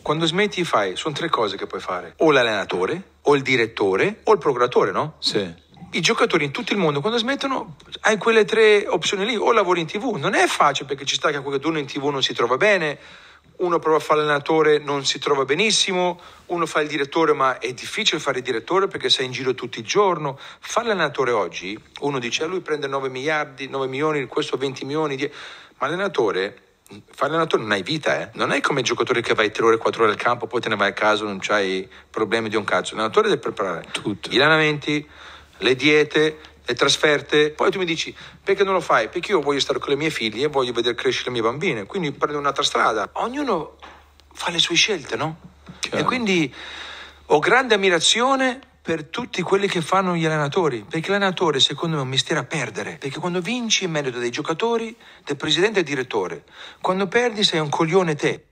Quando smetti sono 3 cose che puoi fare. O l'allenatore, o il direttore, o il procuratore, no? Sì. I giocatori in tutto il mondo quando smettono hai quelle 3 opzioni lì, o lavori in TV, non è facile perché ci sta che qualcuno in TV non si trova bene, uno prova a fare l'allenatore, non si trova benissimo, uno fa il direttore ma è difficile fare il direttore perché sei in giro tutto il giorno. Fare l'allenatore oggi, uno dice lui prende 9 milioni, questo 20 milioni, ma l'allenatore... Fare l'allenatore non hai vita, non è come il giocatore che vai 3 ore, 4 ore al campo, poi te ne vai a casa, non c'hai problemi di un cazzo. L'allenatore deve preparare tutto, gli allenamenti, le diete, le trasferte. Poi tu mi dici perché non lo fai? Perché io voglio stare con le mie figlie e voglio vedere crescere le mie bambine, quindi prendo un'altra strada. Ognuno fa le sue scelte, no? Chiaro. E quindi ho grande ammirazione per tutti quelli che fanno gli allenatori, perché l'allenatore secondo me è un mestiere a perdere, perché quando vinci è merito dei giocatori, del presidente e del direttore, quando perdi sei un coglione te.